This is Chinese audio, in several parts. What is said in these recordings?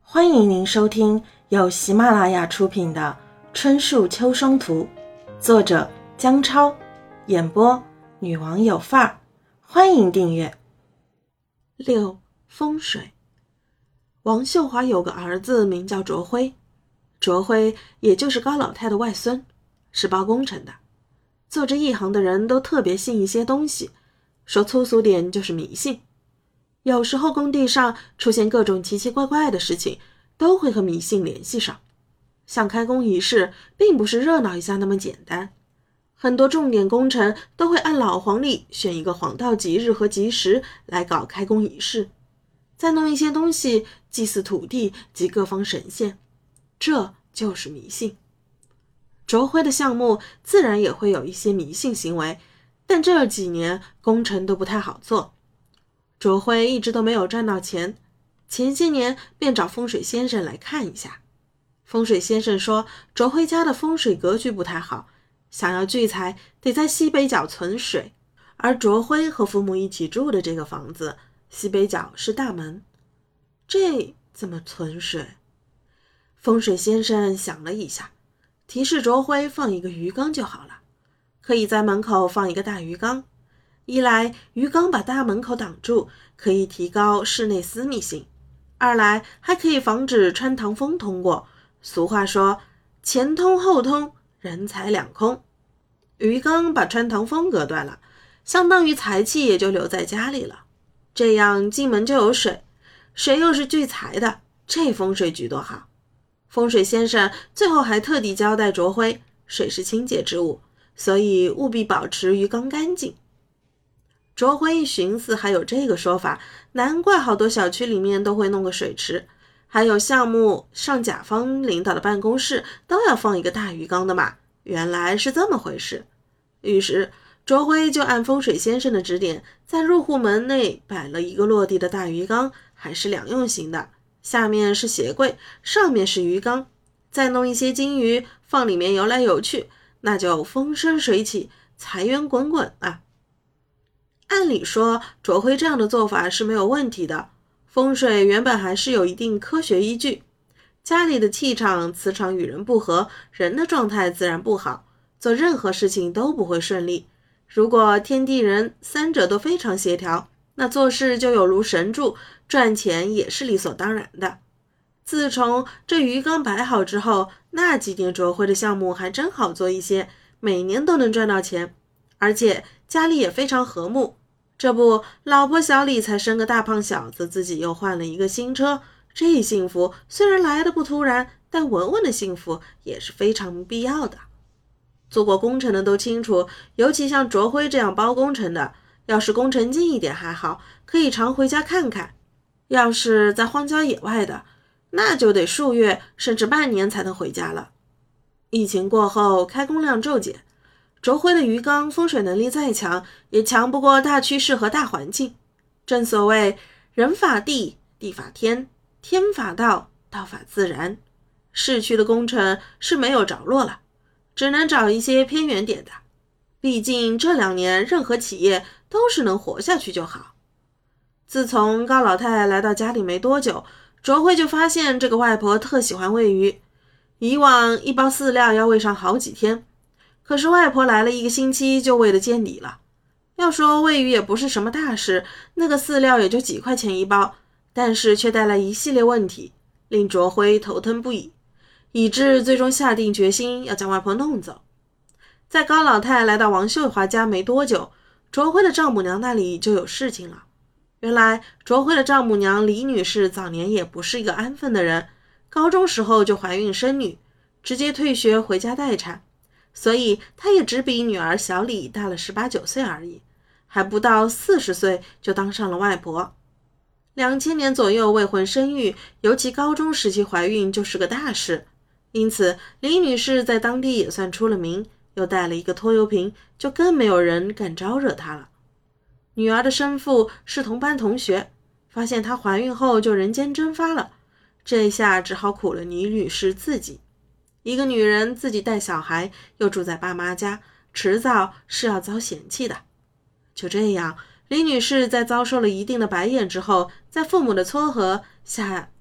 欢迎您收听由喜马拉雅出品的《春树秋霜图》，作者姜超，演播女王有范儿。欢迎订阅。6. 风水。王秀华有个儿子名叫卓辉，卓辉也就是高老太的外孙，是包工程的。做这一行的人都特别信一些东西，说粗俗点就是迷信。有时候工地上出现各种奇奇怪怪的事情，都会和迷信联系上。像开工仪式并不是热闹一下那么简单，很多重点工程都会按老黄历选一个黄道吉日和吉时来搞开工仪式，再弄一些东西祭祀土地及各方神仙，这就是迷信。卓辉的项目自然也会有一些迷信行为，但这几年工程都不太好做，卓辉一直都没有赚到钱，前些年便找风水先生来看一下。风水先生说卓辉家的风水格局不太好，想要聚财得在西北角存水，而卓辉和父母一起住的这个房子西北角是大门，这怎么存水？风水先生想了一下，提示卓辉放一个鱼缸就好了，可以在门口放一个大鱼缸，一来鱼缸把大门口挡住，可以提高室内私密性，二来还可以防止穿堂风通过。俗话说前通后通，人财两空。鱼缸把穿堂风隔断了，相当于财气也就留在家里了，这样进门就有水，水又是聚财的，这风水局多好。风水先生最后还特地交代卓辉，水是清洁之物，所以务必保持鱼缸干净。卓辉一寻思还有这个说法，难怪好多小区里面都会弄个水池，还有项目上甲方领导的办公室都要放一个大鱼缸的嘛，原来是这么回事。于是卓辉就按风水先生的指点，在入户门内摆了一个落地的大鱼缸，还是两用型的，下面是鞋柜，上面是鱼缸，再弄一些金鱼放里面游来游去，那就风生水起，财源滚滚啊。按理说卓辉这样的做法是没有问题的，风水原本还是有一定科学依据，家里的气场磁场与人不合，人的状态自然不好，做任何事情都不会顺利。如果天地人三者都非常协调，那做事就有如神助，赚钱也是理所当然的。自从这鱼缸摆好之后，那几年卓辉的项目还真好做一些，每年都能赚到钱，而且家里也非常和睦。这不，老婆小李才生个大胖小子，自己又换了一个新车，这幸福虽然来得不突然，但稳稳的幸福也是非常必要的。做过工程的都清楚，尤其像卓辉这样包工程的，要是工程近一点还好，可以常回家看看，要是在荒郊野外的，那就得数月甚至半年才能回家了。疫情过后开工量骤减，卓辉的鱼缸风水能力再强，也强不过大趋势和大环境。正所谓人法地，地法天，天法道，道法自然。市区的工程是没有着落了，只能找一些偏远点的，毕竟这2年任何企业都是能活下去就好。自从高老太来到家里没多久，卓辉就发现这个外婆特喜欢喂鱼，以往一包饲料要喂上好几天，可是外婆来了1个星期就喂得见底了。要说喂鱼也不是什么大事，那个饲料也就几块钱1包，但是却带来一系列问题，令卓辉头疼不已，以致最终下定决心要将外婆弄走。在高老太来到王秀华家没多久，卓辉的丈母娘那里就有事情了。原来卓辉的丈母娘李女士早年也不是一个安分的人，高中时候就怀孕生女，直接退学回家待产，所以她也只比女儿小李大了18、19岁而已，还不到40岁就当上了外婆。2000年左右未婚生育，尤其高中时期怀孕就是个大事，因此李女士在当地也算出了名，又带了一个拖油瓶，就更没有人敢招惹她了。女儿的生父是同班同学，发现她怀孕后就人间蒸发了，这下只好苦了李女士自己。一个女人自己带小孩，又住在爸妈家，迟早是要遭嫌弃的。就这样，李女士在遭受了一定的白眼之后，在父母的撮合下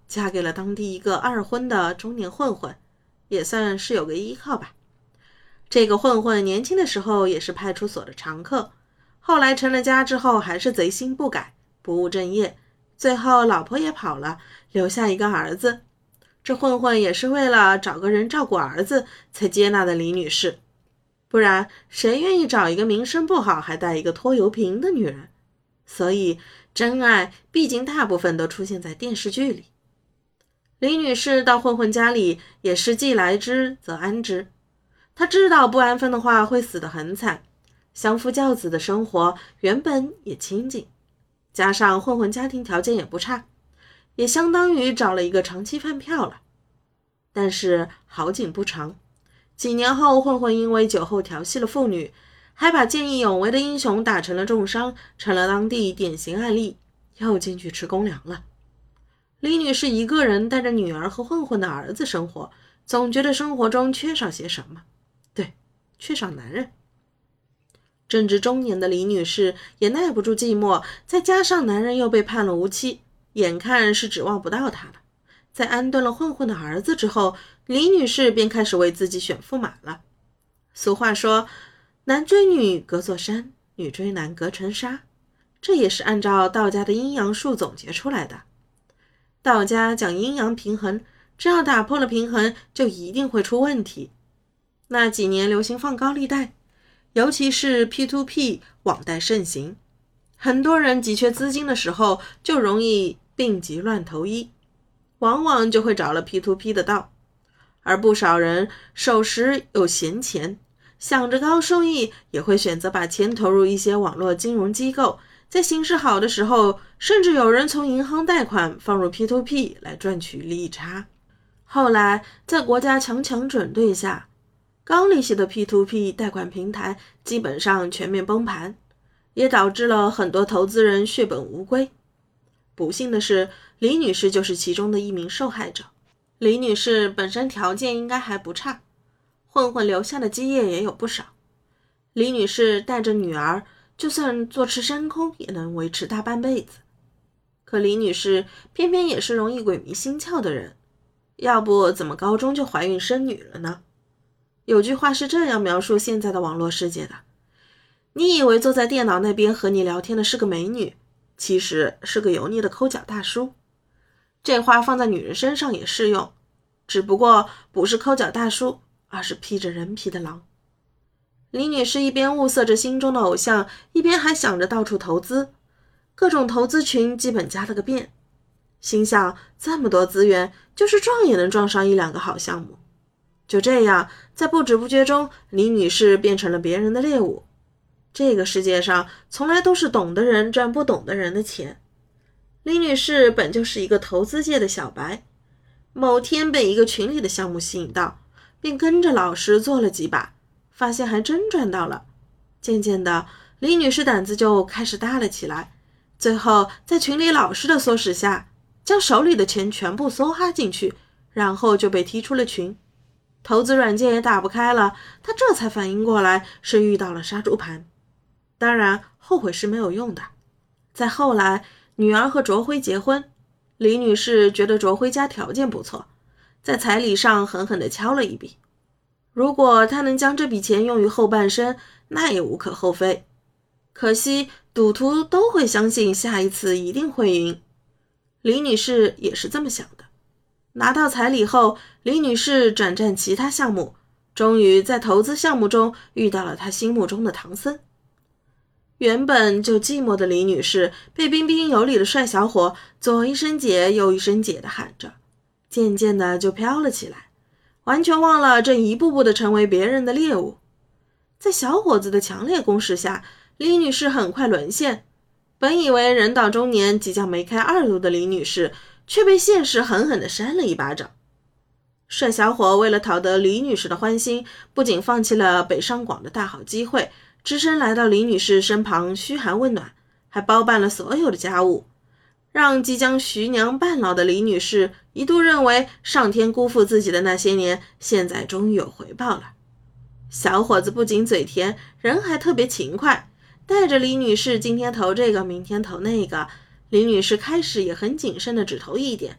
嫁给了当地一个二婚的中年混混，也算是有个依靠吧。这个混混年轻的时候也是派出所的常客，后来成了家之后还是贼心不改，不务正业，最后老婆也跑了，留下一个儿子。这混混也是为了找个人照顾儿子才接纳的李女士，不然谁愿意找一个名声不好还带一个拖油瓶的女人？所以真爱毕竟大部分都出现在电视剧里。李女士到混混家里也是既来之则安之，她知道不安分的话会死得很惨，相夫教子的生活原本也清静，加上混混家庭条件也不差，也相当于找了一个长期饭票了。但是好景不长，几年后混混因为酒后调戏了妇女，还把见义勇为的英雄打成了重伤，成了当地典型案例，又进去吃公粮了。李女士一个人带着女儿和混混的儿子生活，总觉得生活中缺少些什么，对，缺少男人。正值中年的李女士也耐不住寂寞，再加上男人又被判了无期，眼看是指望不到她了。在安顿了混混的儿子之后，李女士便开始为自己选驸马了。俗话说，男追女隔座山，女追男隔层纱，这也是按照道家的阴阳术总结出来的。道家讲阴阳平衡，只要打破了平衡，就一定会出问题。那几年流行放高利贷，尤其是 P2P 网贷盛行，很多人急缺资金的时候就容易病急乱投医，往往就会找了 P2P 的道。而不少人手时有闲钱，想着高收益，也会选择把钱投入一些网络金融机构，在形势好的时候，甚至有人从银行贷款放入 P2P 来赚取利差。后来在国家强整顿下，高利息的 P2P 贷款平台基本上全面崩盘，也导致了很多投资人血本无归。不幸的是，李女士就是其中的一名受害者。李女士本身条件应该还不差，混混留下的基业也有不少。李女士带着女儿，就算坐吃山空也能维持大半辈子。可李女士偏偏也是容易鬼迷心窍的人，要不怎么高中就怀孕生女了呢？有句话是这样描述现在的网络世界的：你以为坐在电脑那边和你聊天的是个美女，其实是个油腻的抠脚大叔。这话放在女人身上也适用，只不过不是抠脚大叔，而是披着人皮的狼。李女士一边物色着心中的偶像，一边还想着到处投资，各种投资群基本加了个遍，心想这么多资源，就是撞也能撞上一两个好项目。就这样，在不知不觉中，李女士变成了别人的猎物。这个世界上从来都是懂的人赚不懂的人的钱。李女士本就是一个投资界的小白，某天被一个群里的项目吸引到，便跟着老师做了几把，发现还真赚到了。渐渐的，李女士胆子就开始大了起来，最后在群里老师的唆使下，将手里的钱全部梭哈进去，然后就被踢出了群。投资软件也打不开了，她这才反应过来是遇到了杀猪盘。当然，后悔是没有用的。再后来，女儿和卓辉结婚，李女士觉得卓辉家条件不错，在彩礼上狠狠地敲了一笔。如果她能将这笔钱用于后半生，那也无可厚非。可惜赌徒都会相信下一次一定会赢，李女士也是这么想的。拿到彩礼后，李女士转战其他项目，终于在投资项目中遇到了她心目中的唐僧。原本就寂寞的李女士被彬彬有礼的帅小伙左一声姐右一声姐的喊着，渐渐的就飘了起来，完全忘了正一步步的成为别人的猎物。在小伙子的强烈攻势下，李女士很快沦陷。本以为人到中年即将梅开二度的李女士，却被现实狠狠地扇了一巴掌。帅小伙为了讨得李女士的欢心，不仅放弃了北上广的大好机会，只身来到李女士身旁嘘寒问暖，还包办了所有的家务，让即将徐娘半老的李女士一度认为上天辜负自己的那些年，现在终于有回报了。小伙子不仅嘴甜，人还特别勤快，带着李女士今天投这个明天投那个。李女士开始也很谨慎的只投一点，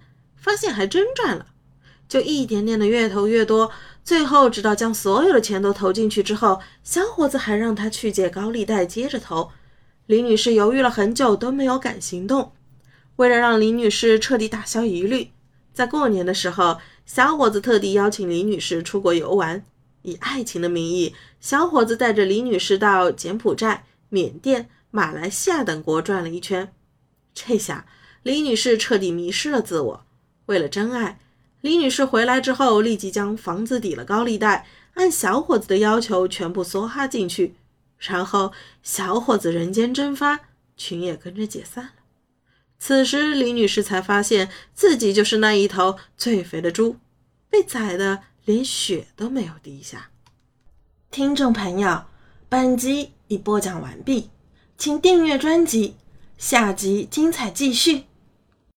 发现还真赚了，就一点点的越投越多，最后直到将所有的钱都投进去之后，小伙子还让他去借高利贷接着投。李女士犹豫了很久都没有敢行动。为了让李女士彻底打消疑虑，在过年的时候，小伙子特地邀请李女士出国游玩，以爱情的名义，小伙子带着李女士到柬埔寨、缅甸、马来西亚等国转了一圈。这下李女士彻底迷失了自我。为了真爱，李女士回来之后立即将房子抵了高利贷，按小伙子的要求全部梭哈进去，然后小伙子人间蒸发，群也跟着解散了。此时李女士才发现自己就是那一头最肥的猪，被宰的连血都没有滴下。 听众朋友，本集已播讲完毕，请订阅专辑，下集精彩继续。